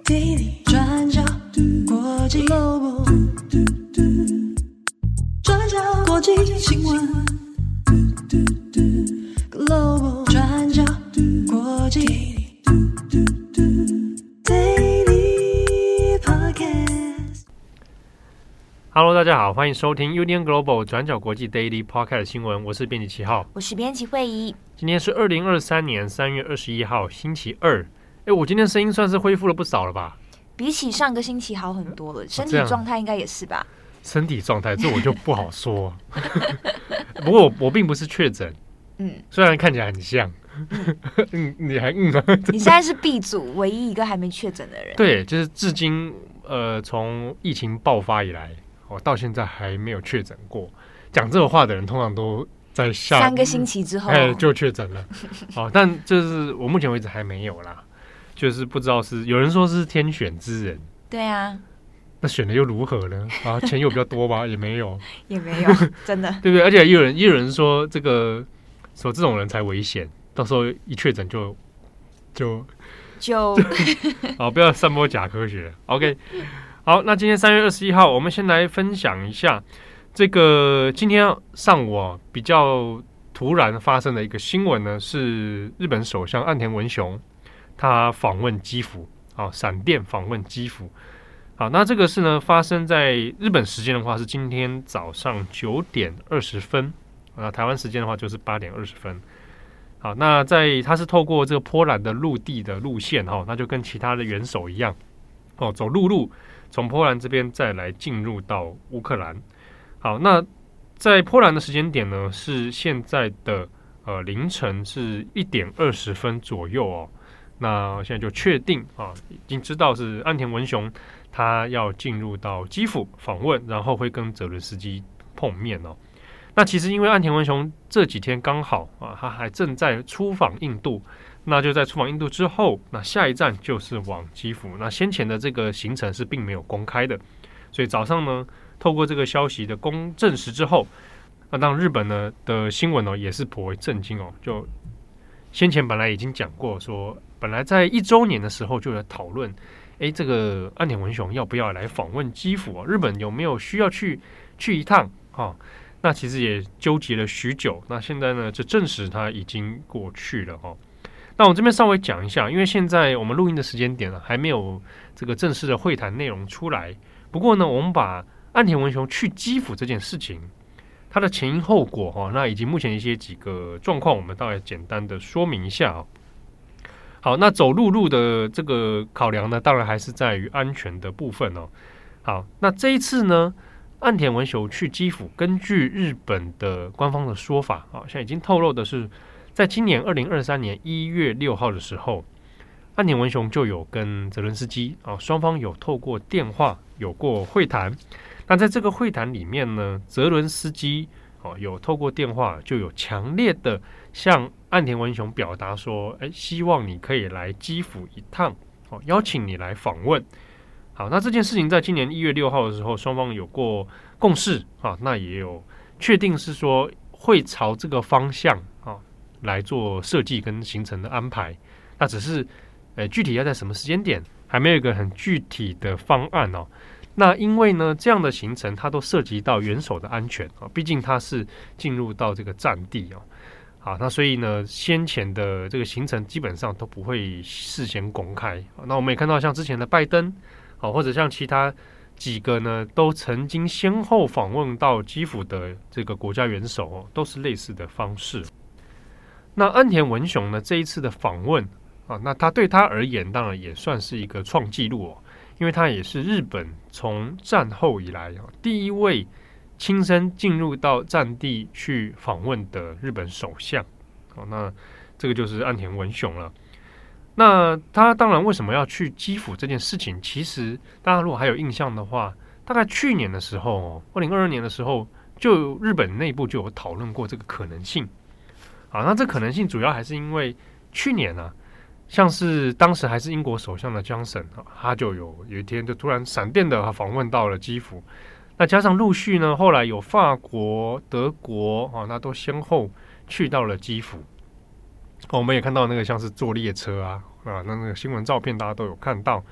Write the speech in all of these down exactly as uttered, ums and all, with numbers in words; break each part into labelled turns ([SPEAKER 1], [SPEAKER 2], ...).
[SPEAKER 1] Daily 转角国际 Global 转角国际新闻 Global 转角国际 Daily Podcast。
[SPEAKER 2] Hello， 大家好，欢迎收听 U D N Global 转角国际 Daily Podcast 新闻，我是编辑七号，
[SPEAKER 3] 我是编辑慧仪。
[SPEAKER 2] 今天是二零二三年三月二十一号，星期二。哎，我今天声音算是恢复了不少了吧？
[SPEAKER 3] 比起上个星期好很多了，身体状态应该也是吧？
[SPEAKER 2] 身体状态这我就不好说。不过 我, 我并不是确诊，嗯，虽然看起来很像。嗯，你还嗯啊？
[SPEAKER 3] 你现在是 B 组唯一一个还没确诊的人。
[SPEAKER 2] 对，就是至今呃，从疫情爆发以来，我、哦、到现在还没有确诊过。讲这个话的人通常都在下
[SPEAKER 3] 三个星期之后，
[SPEAKER 2] 哎，就确诊了。哦，但就是我目前为止还没有啦。就是不知道是有人说是天选之人，
[SPEAKER 3] 对啊，
[SPEAKER 2] 那选的又如何呢？啊，钱有比较多吗？也没有，
[SPEAKER 3] 也没有，真的，
[SPEAKER 2] 对不对？而且也有人也有人说这个说这种人才危险，到时候一确诊就就
[SPEAKER 3] 就
[SPEAKER 2] 好，不要散播假科学。OK， 好，那今天三月二十一号，我们先来分享一下这个今天上午啊比较突然发生的一个新闻呢，是日本首相岸田文雄。他访问基辅，好，闪电访问基辅，好，那这个是呢发生在日本时间的话是今天早上九点二十分，那台湾时间的话就是八点二十分，好，那在他是透过这个波兰的陆地的路线哈，那就跟其他的元首一样，哦，走陆路从波兰这边再来进入到乌克兰，好，那在波兰的时间点呢是现在的呃凌晨是一点二十分左右哦。那现在就确定啊，已经知道是岸田文雄他要进入到基辅访问，然后会跟泽伦斯基碰面哦。那其实因为岸田文雄这几天刚好啊，他还正在出访印度，那就在出访印度之后，那下一站就是往基辅。那先前的这个行程是并没有公开的，所以早上呢，透过这个消息的公证实之后，那当日本呢的新闻哦也是颇为震惊哦，就先前本来已经讲过说。本来在一周年的时候就有讨论，哎，这个岸田文雄要不要来访问基辅啊？日本有没有需要去去一趟啊、哦？那其实也纠结了许久。那现在呢，就证实他已经过去了哦。那我这边稍微讲一下，因为现在我们录音的时间点呢，还没有这个正式的会谈内容出来。不过呢，我们把岸田文雄去基辅这件事情，它的前因后果哈、哦，那以及目前一些几个状况，我们大概简单的说明一下哦。好，那走陆路的这个考量呢，当然还是在于安全的部分哦。好，那这一次呢，岸田文雄去基辅，根据日本的官方的说法啊，现在已经透露的是，在今年二零二三年一月六号的时候，岸田文雄就有跟泽伦斯基啊双方有透过电话有过会谈。那在这个会谈里面呢，泽伦斯基哦有透过电话就有强烈的向岸田文雄表达说，哎，希望你可以来基辅一趟，哦，邀请你来访问。好，那这件事情在今年一月六号的时候，双方有过共识啊，那也有确定是说会朝这个方向啊来做设计跟行程的安排。那只是，呃，具体要在什么时间点，还没有一个很具体的方案哦。那因为呢，这样的行程它都涉及到元首的安全啊，毕竟它是进入到这个战地哦。好，那所以呢，先前的这个行程基本上都不会事先公开。那我们也看到，像之前的拜登，好，或者像其他几个呢，都曾经先后访问到基辅的这个国家元首哦，都是类似的方式。那岸田文雄呢，这一次的访问啊，那他对他而言，当然也算是一个创纪录哦，因为他也是日本从战后以来啊第一位。亲身进入到战地去访问的日本首相，好，那这个就是岸田文雄了。那他当然为什么要去基辅这件事情，其实大家如果还有印象的话，大概去年的时候，二零二二年的时候，就日本内部就有讨论过这个可能性。好，那这可能性主要还是因为去年啊，像是当时还是英国首相的江森，他就有有一天就突然闪电的访问到了基辅。那加上陆续呢，后来有法国、德国啊，那都先后去到了基辅。哦、我们也看到那个像是坐列车啊，啊，那那个新闻照片大家都有看到。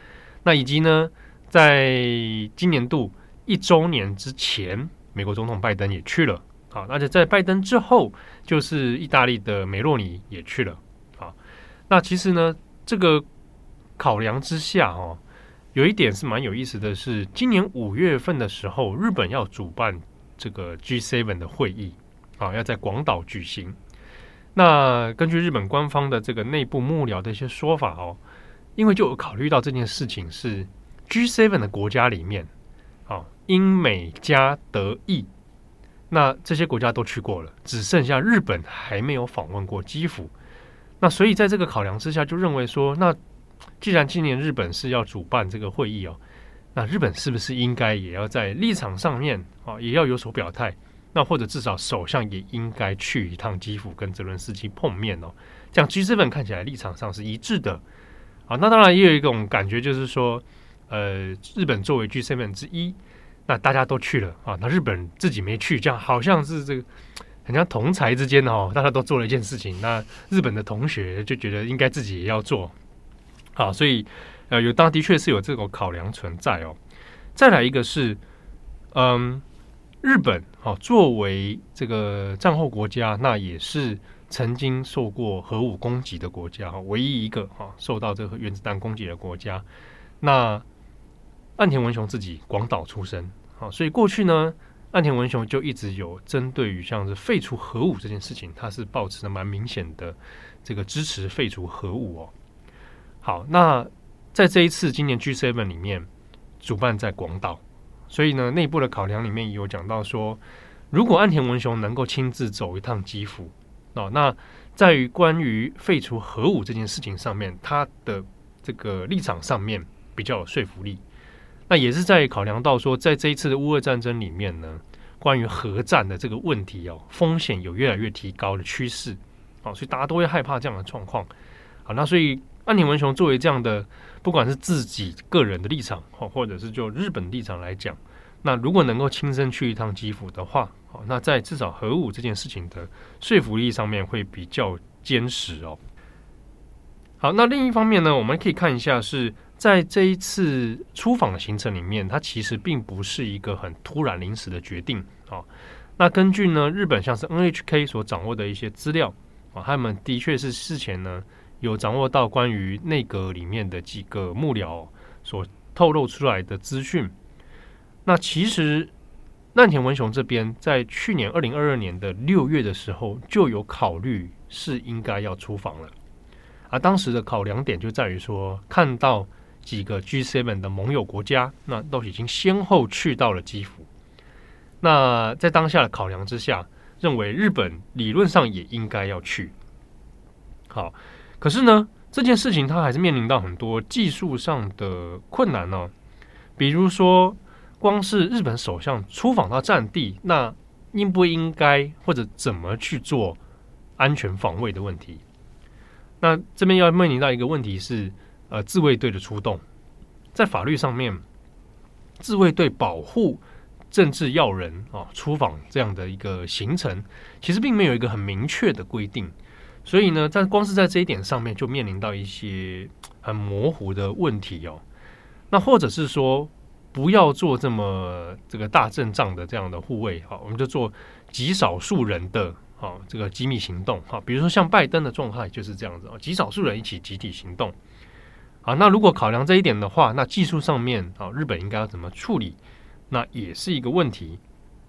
[SPEAKER 2] 那以及呢，在今年度一周年之前，美国总统拜登也去了。好，而且在拜登之后，就是意大利的梅洛尼也去了。好，那其实呢，这个考量之下哦，有一点是蛮有意思的是，今年五月份的时候，日本要主办这个 G 七 的会议，啊，要在广岛举行。那根据日本官方的这个内部幕僚的一些说法哦，因为就有考虑到这件事情是 G 七 的国家里面，啊，英美加德意。那这些国家都去过了，只剩下日本还没有访问过基辅。那所以在这个考量之下，就认为说，那既然今年日本是要主办这个会议哦，那日本是不是应该也要在立场上面啊，也要有所表态？那或者至少首相也应该去一趟基辅跟泽伦斯基碰面哦，这样 G 七 看起来立场上是一致的啊。那当然也有一种感觉，就是说，呃，日本作为 G 七 之一。那大家都去了啊，那日本自己没去，这样好像是这个很像同才之间哦，大家都做了一件事情，那日本的同学就觉得应该自己也要做，好，所以呃，有当然的确是有这种考量存在哦。再来一个是，嗯，日本哦，作为这个战后国家，那也是曾经受过核武攻击的国家，唯一一个哈受到这个原子弹攻击的国家，那岸田文雄自己广岛出身。好，所以过去呢，岸田文雄就一直有针对于像是废除核武这件事情，他是抱持的蛮明显的这个支持废除核武哦。好，那在这一次今年 G 七 里面主办在广岛，所以呢，内部的考量里面有讲到说，如果岸田文雄能够亲自走一趟基辅哦，那在于关于废除核武这件事情上面，他的这个立场上面比较有说服力。那也是在考量到说，在这一次的乌俄战争里面呢，关于核战的这个问题哦，风险有越来越提高的趋势，好，所以大家都会害怕这样的状况。好，那所以岸田文雄作为这样的，不管是自己个人的立场，或者是就日本立场来讲，那如果能够亲身去一趟基辅的话，好，那在至少核武这件事情的说服力上面会比较坚实哦。好，那另一方面呢，我们可以看一下是。在这一次出访的行程里面，它其实并不是一个很突然临时的决定啊。那根据呢日本像是 N H K 所掌握的一些资料啊，他们的确是事前呢有掌握到关于内阁里面的几个幕僚所透露出来的资讯。那其实岸田文雄这边在去年二零二二年的六月的时候就有考虑是应该要出访了，而当时的考量点就在于说，看到几个 G 七 的盟友国家，那都已经先后去到了基辅。那在当下的考量之下，认为日本理论上也应该要去。好，可是呢，这件事情它还是面临到很多技术上的困难哦。比如说，光是日本首相出访到战地，那应不应该或者怎么去做安全防卫的问题？那这边要面临到一个问题是。呃，自卫队的出动，在法律上面，自卫队保护政治要人啊出访这样的一个行程，其实并没有一个很明确的规定，所以呢，在光是在这一点上面，就面临到一些很模糊的问题哦。那或者是说，不要做这么这个大阵仗的这样的护卫，好，我们就做极少数人的啊这个机密行动，好，比如说像拜登的状态就是这样子啊，极少数人一起集体行动。啊，那如果考量这一点的话，那技术上面啊，日本应该要怎么处理？那也是一个问题。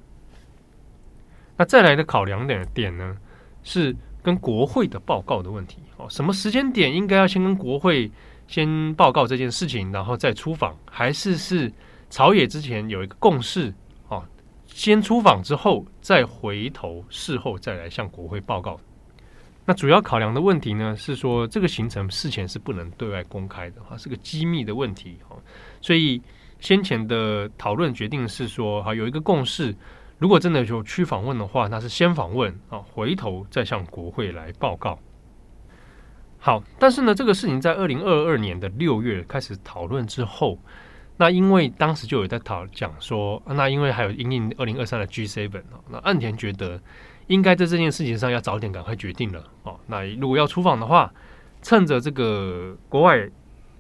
[SPEAKER 2] 那再来的考量的点呢，是跟国会的报告的问题。哦，什么时间点应该要先跟国会先报告这件事情，然后再出访，还是是朝野之前有一个共识？哦，先出访之后，再回头事后再来向国会报告。那主要考量的问题呢，是说这个行程事前是不能对外公开的，是个机密的问题。所以先前的讨论决定是说，有一个共识，如果真的有去访问的话，那是先访问，回头再向国会来报告。好，但是呢，这个事情在二零二二年的六月开始讨论之后，那因为当时就有在讨讲说，那因为还有因应二零二三的 G 七， 那岸田觉得应该在这件事情上要早点赶快决定了哦。那如果要出访的话，趁着这个国外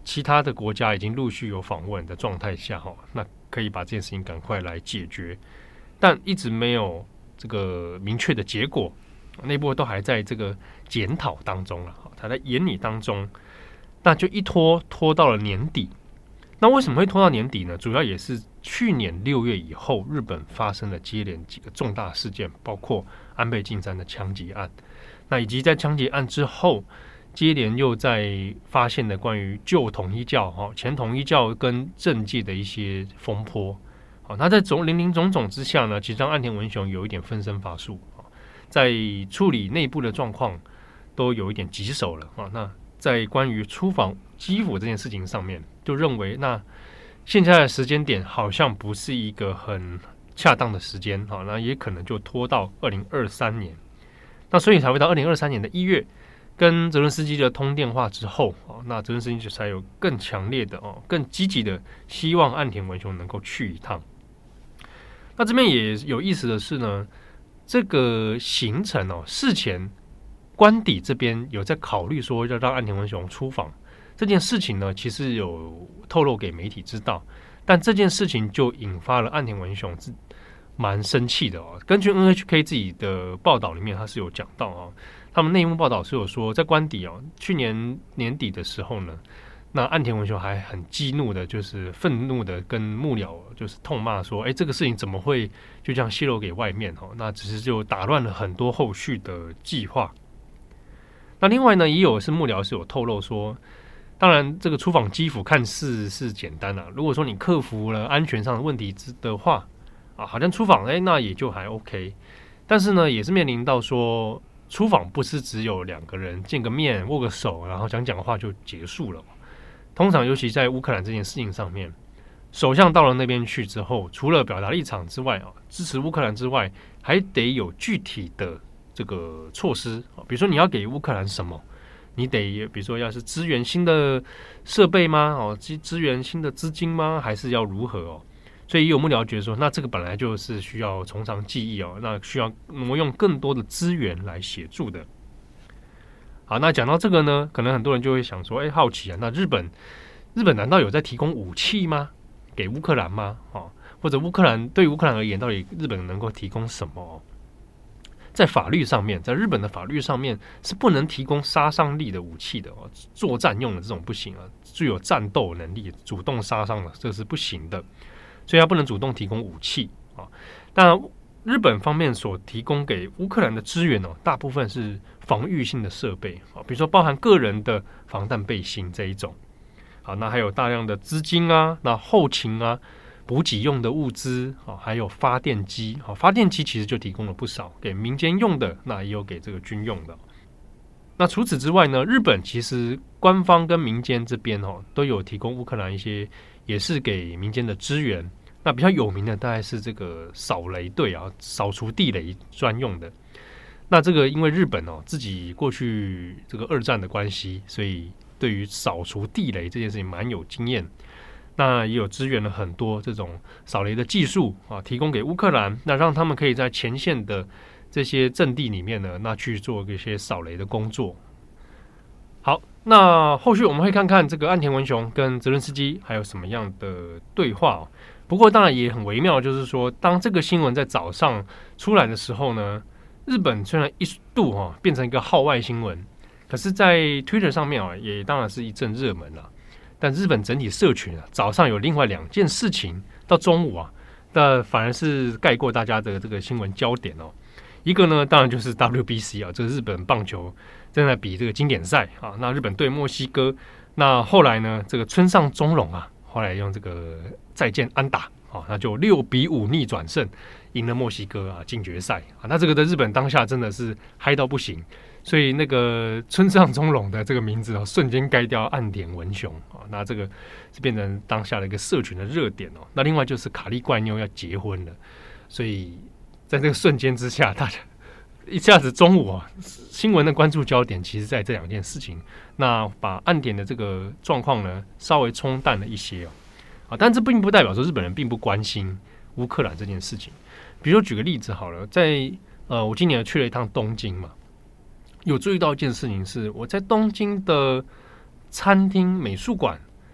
[SPEAKER 2] 其他的国家已经陆续有访问的状态下，哈，那可以把这件事情赶快来解决，但一直没有这个明确的结果，内部都还在这个检讨当中了，还在研拟当中，那就一拖拖到了年底。那为什么会拖到年底呢？主要也是去年六月以后，日本发生了接连几个重大事件，包括安倍晋三的枪击案，那以及在枪击案之后，接连又在发现的关于旧统一教、前统一教跟政界的一些风波。那在种林林总总之下呢，其实让岸田文雄有一点分身乏术，在处理内部的状况都有一点棘手了。那在关于出访基辅这件事情上面，就认为那现在的时间点好像不是一个很恰当的时间，那也可能就拖到二零二三年。那所以才会到二零二三年的一月，跟泽伦斯基的通电话之后，那泽伦斯基就才有更强烈的、更积极的希望岸田文雄能够去一趟。那这边也有意思的是呢，这个行程哦，事前官邸这边有在考虑说要让岸田文雄出访这件事情呢，其实有透露给媒体知道，但这件事情就引发了岸田文雄蛮生气的哦。根据 N H K 自己的报道里面，他是有讲到哦，他们内幕报道是有说，在官邸哦，去年年底的时候呢，那岸田文雄还很激怒的，就是愤怒的跟幕僚就是痛骂说，哎，这个事情怎么会就这样泄露给外面哦？那只是就打乱了很多后续的计划。那另外呢，也有是幕僚是有透露说，当然这个出访基辅看似是简单啊，如果说你克服了安全上的问题的话啊，好像出访哎，那也就还 OK。但是呢，也是面临到说，出访不是只有两个人见个面握个手，然后讲讲话就结束了。通常尤其在乌克兰这件事情上面，首相到了那边去之后，除了表达立场之外啊，支持乌克兰之外，还得有具体的这个措施，比如说你要给乌克兰什么，你得比如说要是支援新的设备吗？哦，支援新的资金吗？还是要如何哦？所以也有幕僚觉得说，那这个本来就是需要从长计议哦，那需要挪用更多的资源来协助的。好，那讲到这个呢，可能很多人就会想说，哎，好奇啊，那日本日本难道有在提供武器吗？给乌克兰吗？哦，或者乌克兰对乌克兰而言，到底日本能够提供什么？哦，在法律上面，在日本的法律上面是不能提供杀伤力的武器的哦，作战用的这种不行啊，具有战斗能力、主动杀伤的这是不行的，所以它不能主动提供武器啊。当然，日本方面所提供给乌克兰的资源哦，大部分是防御性的设备啊，比如说包含个人的防弹背心这一种。好，那还有大量的资金啊，那后勤啊，补给用的物资啊，还有发电机啊，发电机其实就提供了不少给民间用的，那也有给这个军用的。那除此之外呢，日本其实官方跟民间这边哦都有提供乌克兰一些也是给民间的支援。那比较有名的大概是这个扫雷队啊，扫除地雷专用的。那这个因为日本哦自己过去这个二战的关系，所以对于扫除地雷这件事情蛮有经验。那也有支援了很多这种扫雷的技术啊，提供给乌克兰，那让他们可以在前线的这些阵地里面呢，那去做一些扫雷的工作。好，那后续我们会看看这个岸田文雄跟泽伦斯基还有什么样的对话哦。不过当然也很微妙，就是说，当这个新闻在早上出来的时候呢，日本虽然一度哈、哦、变成一个号外新闻，可是，在 Twitter 上面啊，也当然是一阵热门了。但日本整体社群啊，早上有另外两件事情，到中午啊，那反而是盖过大家的这个新闻焦点哦。一个呢，当然就是 W B C 啊，这个日本棒球正在比这个经典赛啊。那日本对墨西哥，那后来呢，这个村上宗隆啊，后来用这个再见安打啊，那就六比五逆转胜，赢了墨西哥啊，进决赛啊。那这个在日本当下真的是嗨到不行。所以那个村上宗隆的这个名字哦，瞬间盖掉岸田文雄啊，那这个是变成当下的一个社群的热点哦。那另外就是卡利怪妞要结婚了，所以在这个瞬间之下，大家一下子中午啊，新闻的关注焦点其实在这两件事情，那把岸田的这个状况呢稍微冲淡了一些哦。啊，但这并不代表说日本人并不关心乌克兰这件事情。比如说举个例子好了，在呃我今年去了一趟东京嘛。有注意到一件事情是，我在东京的餐厅、美术馆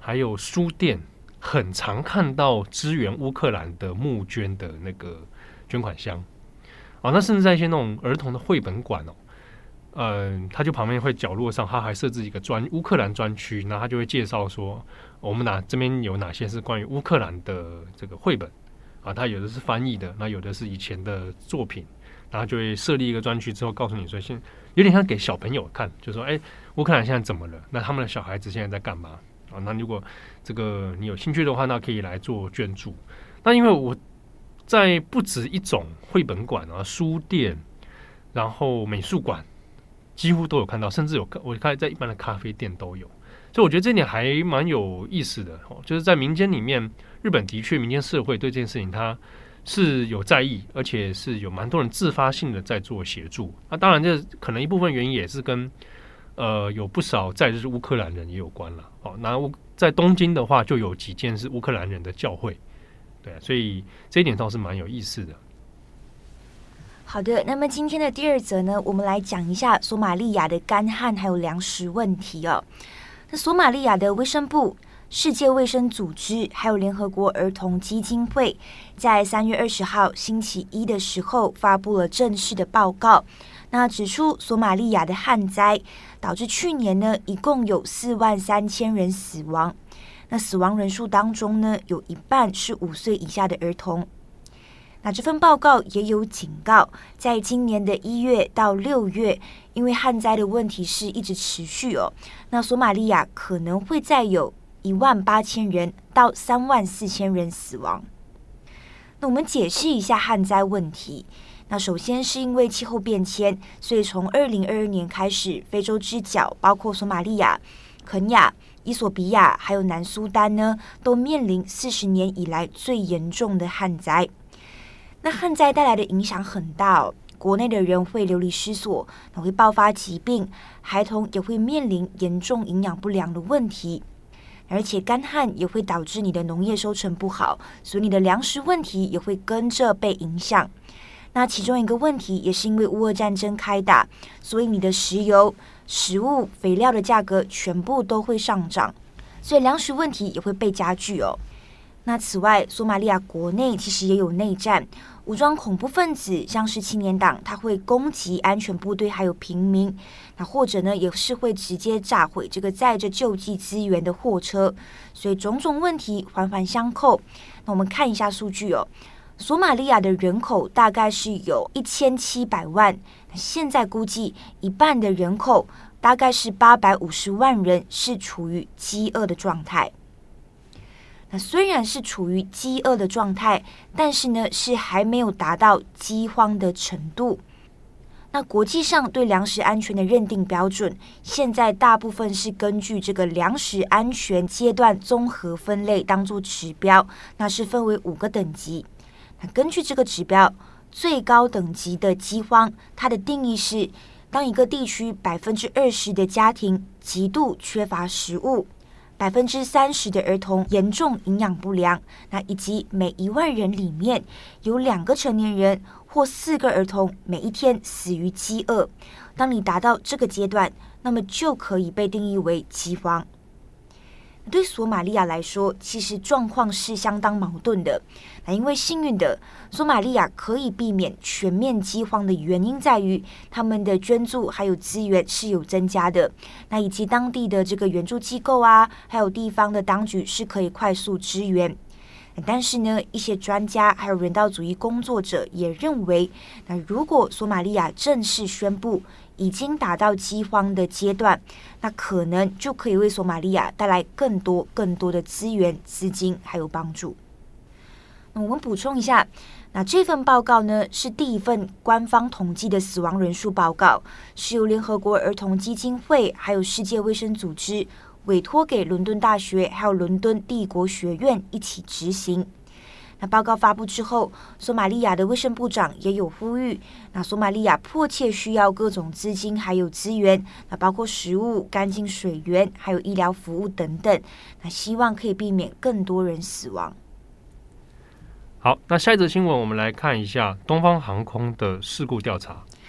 [SPEAKER 2] 还有书店，很常看到支援乌克兰的募捐的那个捐款箱。哦，那甚至在一些那种儿童的绘本馆哦，嗯、呃，他就旁边会角落上，他还设置一个专乌克兰专区，然后他就会介绍说，我们哪这边有哪些是关于乌克兰的这个绘本啊，他有的是翻译的，那有的是以前的作品，然后就会设立一个专区之后，告诉你说，现有点像给小朋友看，就说，哎，乌克兰现在怎么了？那他们的小孩子现在在干嘛？啊，那如果这个你有兴趣的话，那可以来做捐助。那因为我在不止一种绘本馆啊、书店，然后美术馆，几乎都有看到，甚至有我看在一般的咖啡店都有。所以我觉得这点还蛮有意思的哦，就是在民间里面，日本的确民间社会对这件事情它是有在意，而且是有蛮多人自发性的在做协助。那当然，这可能一部分原因也是跟呃有不少在日乌克兰人也有关了。哦，那在东京的话，就有几间是乌克兰人的教会。对，所以这一点倒是蛮有意思的。
[SPEAKER 3] 好的，那么今天的第二则呢，我们来讲一下索马利亚的干旱还有粮食问题哦。那索马利亚的卫生部、世界卫生组织还有联合国儿童基金会，在三月二十号星期一的时候发布了正式的报告。那指出，索马利亚的旱灾导致去年呢，一共有四万三千人死亡。那死亡人数当中呢，有一半是五岁以下的儿童。那这份报告也有警告，在今年的一月到六月，因为旱灾的问题是一直持续哦，那索马利亚可能会再有一万八千人到三万四千人死亡。那我们解释一下旱灾问题。那首先是因为气候变迁，所以从二零二二年开始，非洲之角包括索马利亚、肯亚、伊索比亚还有南苏丹呢，都面临四十年以来最严重的旱灾。那旱灾带来的影响很大哦，国内的人会流离失所，会爆发疾病，孩童也会面临严重营养不良的问题。而且干旱也会导致你的农业收成不好，所以你的粮食问题也会跟着被影响。那其中一个问题也是因为乌俄战争开打，所以你的石油、食物、肥料的价格全部都会上涨，所以粮食问题也会被加剧哦。那此外，索马利亚国内其实也有内战，武装恐怖分子像是青年党，他会攻击安全部队还有平民，那或者呢也是会直接炸毁这个载着救济资源的货车，所以种种问题环环相扣。那我们看一下数据哦，索马利亚的人口大概是有一千七百万，现在估计一半的人口大概是八百五十万人是处于饥饿的状态。那虽然是处于饥饿的状态，但是呢是还没有达到饥荒的程度。那国际上对粮食安全的认定标准，现在大部分是根据这个粮食安全阶段综合分类当作指标，那是分为五个等级。那根据这个指标，最高等级的饥荒，它的定义是当一个地区百分之二十的家庭极度缺乏食物，百分之三十的儿童严重营养不良，那以及每一万人里面有两个成年人或四个儿童每一天死于饥饿。当你达到这个阶段，那么就可以被定义为饥荒。对索马利亚来说，其实状况是相当矛盾的。那因为幸运的，索马利亚可以避免全面饥荒的原因在于他们的捐助还有资源是有增加的，那以及当地的这个援助机构啊，还有地方的当局是可以快速支援。但是呢，一些专家还有人道主义工作者也认为，那如果索马利亚正式宣布已经达到饥荒的阶段，那可能就可以为索马利亚带来更多更多的资源、资金还有帮助。那我们补充一下，那这份报告呢是第一份官方统计的死亡人数报告，是由联合国儿童基金会还有世界卫生组织委托给伦敦大学还有伦敦帝国学院一起执行。那报告发布之后，索马利亚的卫生部长也有呼吁，那索马利亚迫切需要各种资金还有资源，那包括食物、干净水源还有医疗服务等等，那希望可以避免更多人死亡。
[SPEAKER 2] 好，那下一则新闻我们来看一下东方航空的事故调查。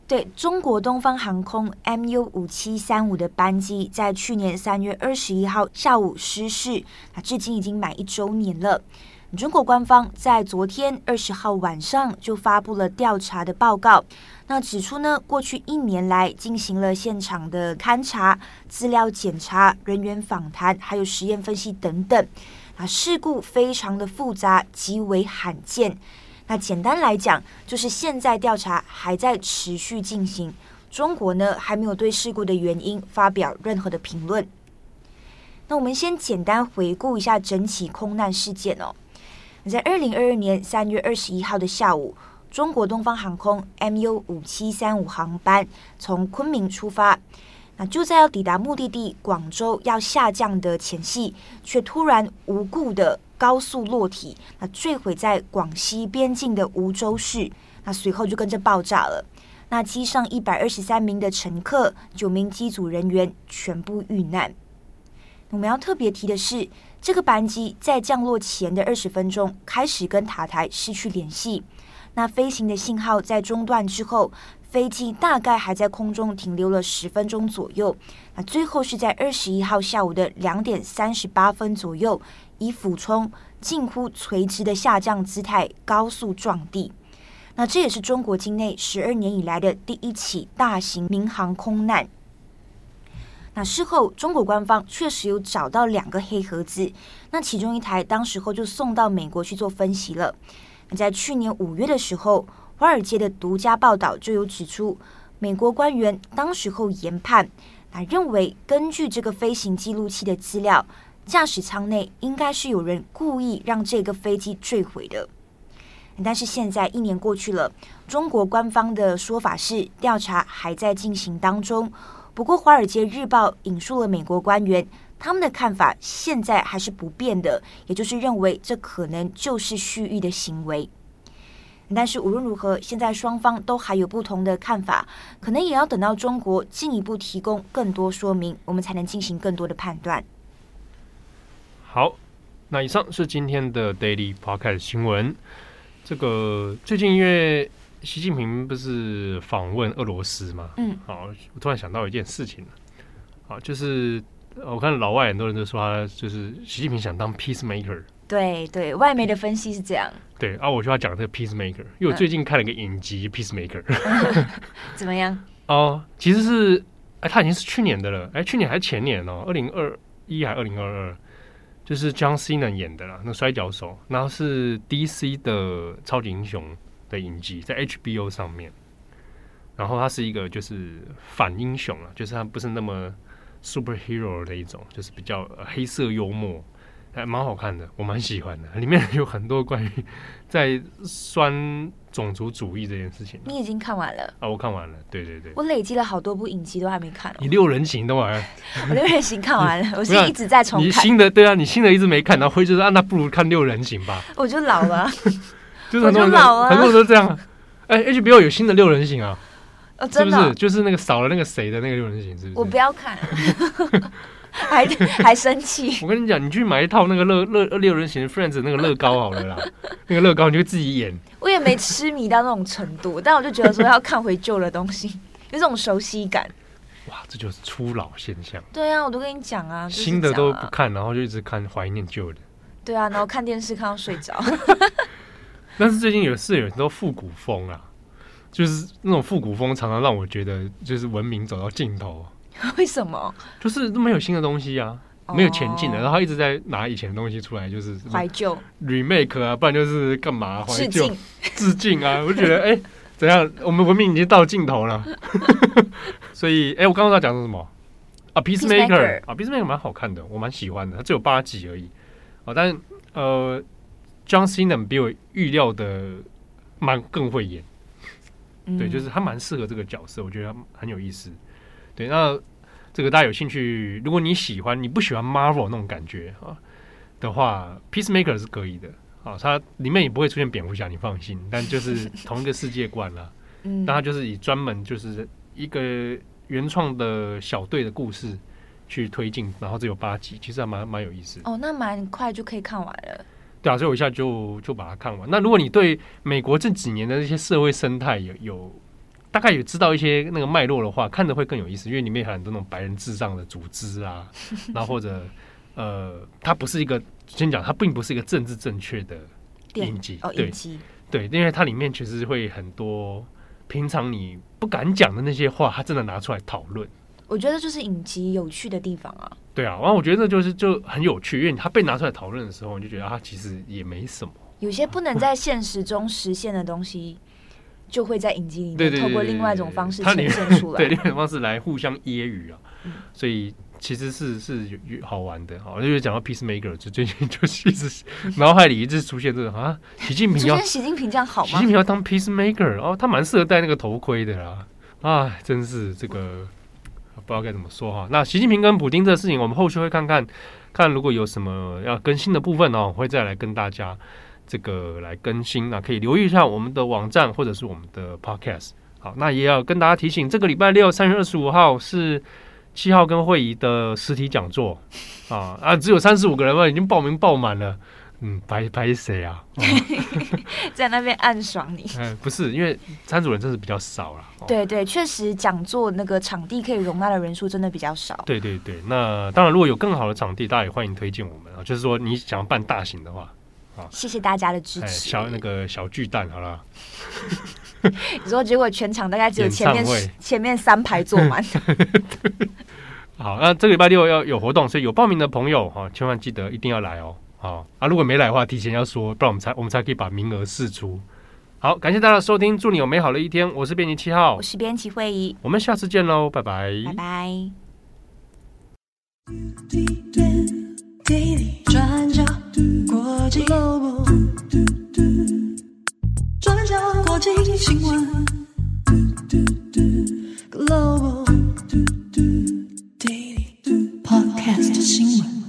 [SPEAKER 3] 对，中国东方航空 M U 五七三五的班机在去年三月二十一号下午失事，那至今已经满一周年了。中国官方在昨天二十号晚上就发布了调查的报告，那指出呢，过去一年来进行了现场的勘查、资料检查、人员访谈，还有实验分析等等。那事故非常的复杂，极为罕见。那简单来讲，就是现在调查还在持续进行，中国呢还没有对事故的原因发表任何的评论。那我们先简单回顾一下整起空难事件哦。在二零二二年三月二十一号的下午，中国东方航空 M U 五七三五航班从昆明出发，那就在要抵达目的地广州要下降的前夕，却突然无故的高速落体，那坠毁在广西边境的梧州市，那随后就跟着爆炸了。那机上一百二十三名的乘客、九名机组人员全部遇难。我们要特别提的是，这个班机在降落前的二十分钟开始跟塔台失去联系，那飞行的信号在中断之后，飞机大概还在空中停留了十分钟左右，那最后是在二十一号下午的两点三十八分左右，以俯冲近乎垂直的下降姿态高速撞地。那这也是中国境内十二年以来的第一起大型民航空难。那事后，中国官方确实有找到两个黑盒子，那其中一台当时候就送到美国去做分析了。那在去年五月的时候，华尔街的独家报道就有指出，美国官员当时候研判，那认为根据这个飞行记录器的资料，驾驶舱内应该是有人故意让这个飞机坠毁的。但是现在一年过去了，中国官方的说法是调查还在进行当中。不过，《华尔街日报》引述了美国官员，他们的看法现在还是不变的，也就是认为这可能就是蓄意的行为。但是无论如何，现在双方都还有不同的看法，可能也要等到中国进一步提供更多说明，我们才能进行更多的判断。
[SPEAKER 2] 好，那以上是今天的 Daily Podcast 新闻。这个最近因为习近平不是访问俄罗斯嘛？
[SPEAKER 3] 嗯，
[SPEAKER 2] 好，我突然想到一件事情，好，就是我看老外很多人都说他就是习近平想当 peacemaker。
[SPEAKER 3] 对对，外媒的分析是这样。
[SPEAKER 2] 对啊，我就要讲这个 peacemaker， 因为我最近看了一个影集 peacemaker，、
[SPEAKER 3] 嗯、怎么样？
[SPEAKER 2] 哦，其实是哎，他已经是去年的了，哎，去年还是前年哦，二零二一还二零二二，就是 John Cena 演的啦，那摔跤手，然后是 D C 的超级英雄的影集，在 H B O 上面。然后他是一个就是反英雄啊，就是他不是那么 superhero 的一种，就是比较黑色幽默，还蛮好看的，我蛮喜欢的。里面有很多关于在酸种族主义这件事情。
[SPEAKER 3] 你已经看完了
[SPEAKER 2] 啊？我看完了，对对对。
[SPEAKER 3] 我累积了好多部影集都还没看、哦。
[SPEAKER 2] 你六人行都完了？
[SPEAKER 3] 我六人行看完了，我是一直在重看。
[SPEAKER 2] 你新的对啊，你新的一直没看，然后会就是啊，那不如看六人行吧。
[SPEAKER 3] 我就老了，
[SPEAKER 2] 就是很多人
[SPEAKER 3] 我就老了，
[SPEAKER 2] 很多人都这样。哎、欸、，H B O 有新的六人行啊。
[SPEAKER 3] 哦，真的、哦、
[SPEAKER 2] 是不是就是那个少了那个谁的那个六人行？是不是？
[SPEAKER 3] 我不要看，还还生气。
[SPEAKER 2] 我跟你讲，你去买一套那个乐乐六人行 Friends 那个乐高好了啦，那个乐高你就自己演。
[SPEAKER 3] 我也没痴迷到那种程度，但我就觉得说要看回旧的东西，有这种熟悉感。
[SPEAKER 2] 哇，这就是初老现象。
[SPEAKER 3] 对啊，我都跟你讲啊，就是、
[SPEAKER 2] 新的都不看，然后就一直看怀念旧的。
[SPEAKER 3] 对啊，然后看电视看到睡着。
[SPEAKER 2] 但是最近有是有很多复古风啊。就是那种复古风，常常让我觉得就是文明走到尽头。
[SPEAKER 3] 为什么？
[SPEAKER 2] 就是都没有新的东西啊，没有前进的，然后一直在拿以前的东西出来，就是
[SPEAKER 3] 怀旧
[SPEAKER 2] remake 啊，不然就是干嘛怀旧
[SPEAKER 3] 致敬
[SPEAKER 2] 致敬啊。我就觉得哎、欸，怎样？我们文明已经到尽头了。所以哎、欸，我刚刚在讲什么啊 ？Peacemaker 啊 ，Peacemaker 蛮好看的，我蛮喜欢的。它只有八集而已啊，但呃 ，John Cena 比我预料的蛮更会演。对，就是他蛮适合这个角色，我觉得他很有意思。对，那这个大家有兴趣，如果你喜欢，你不喜欢 Marvel 那种感觉啊的话 ，Peacemaker 是可以的啊，它里面也不会出现蝙蝠侠，你放心。但就是同一个世界观啦，嗯，但它就是以专门就是一个原创的小队的故事去推进，然后只有八集，其实还蛮蛮有意思。
[SPEAKER 3] 哦，那蛮快就可以看完了。
[SPEAKER 2] 对啊，所以我一下就就把它看完。那如果你对美国这几年的这些社会生态有有大概有知道一些那个脉络的话，看着会更有意思，因为里面有很多那种白人至上的组织啊，然后或者呃，它不是一个先讲，它并不是一个政治正确的影集，
[SPEAKER 3] 哦，
[SPEAKER 2] 对
[SPEAKER 3] 影集，
[SPEAKER 2] 对，因为它里面其实会很多平常你不敢讲的那些话，它真的拿出来讨论。
[SPEAKER 3] 我觉得就是影集有趣的地方啊。
[SPEAKER 2] 对啊，然后我觉得就是就很有趣，因为它被拿出来讨论的时候，你就觉得它其实也没什么。
[SPEAKER 3] 有些不能在现实中实现的东西，就会在影集里
[SPEAKER 2] 对对对对
[SPEAKER 3] 面透过另外一种方式
[SPEAKER 2] 它
[SPEAKER 3] 呈现出来。
[SPEAKER 2] 对，另外一种方式来互相揶揄啊，
[SPEAKER 3] 嗯、
[SPEAKER 2] 所以其实是是有有好玩的。好，就是讲到 Peacemaker， 就最近就是一直脑海里一直出现这种啊，习近平要
[SPEAKER 3] 出现习近平这样好吗？
[SPEAKER 2] 习近平要当 Peacemaker， 哦，他蛮适合戴那个头盔的啦。啊，真是这个不知道该怎么说哈。那习近平跟普丁这个事情，我们后续会看看看，如果有什么要更新的部分哦，会再来跟大家这个来更新。那可以留意一下我们的网站或者是我们的 Podcast。好，那也要跟大家提醒，这个礼拜六三月二十五号是七号跟会议的实体讲座啊啊，只有三十五个人嘛，已经报名报满了。嗯，白白谁啊？哦、
[SPEAKER 3] 在那边暗爽你？
[SPEAKER 2] 嗯，不是，因为参组人真是比较少啦。
[SPEAKER 3] 哦、对对，确实讲座那个场地可以容纳的人数真的比较少。
[SPEAKER 2] 对对对，那当然，如果有更好的场地，大家也欢迎推荐我们啊。就是说，你想办大型的话，啊，
[SPEAKER 3] 谢谢大家的支持。
[SPEAKER 2] 小那个小巨蛋，好了。
[SPEAKER 3] 你说，结果全场大概只有前面前面三排坐满。
[SPEAKER 2] 好，那这个礼拜六要有活动，所以有报名的朋友哈，千万记得一定要来哦。好啊，如果没来的话，提前要说，不然我们才我们才可以把名额释出。好，感谢大家的收听，祝你有美好的一天。我是编辑七号，
[SPEAKER 3] 我是编辑会议，
[SPEAKER 2] 我们下次见喽，拜拜，
[SPEAKER 3] 拜拜。
[SPEAKER 1] 转角国际 Global， 转角国际新闻 Global Daily Podcast 新闻。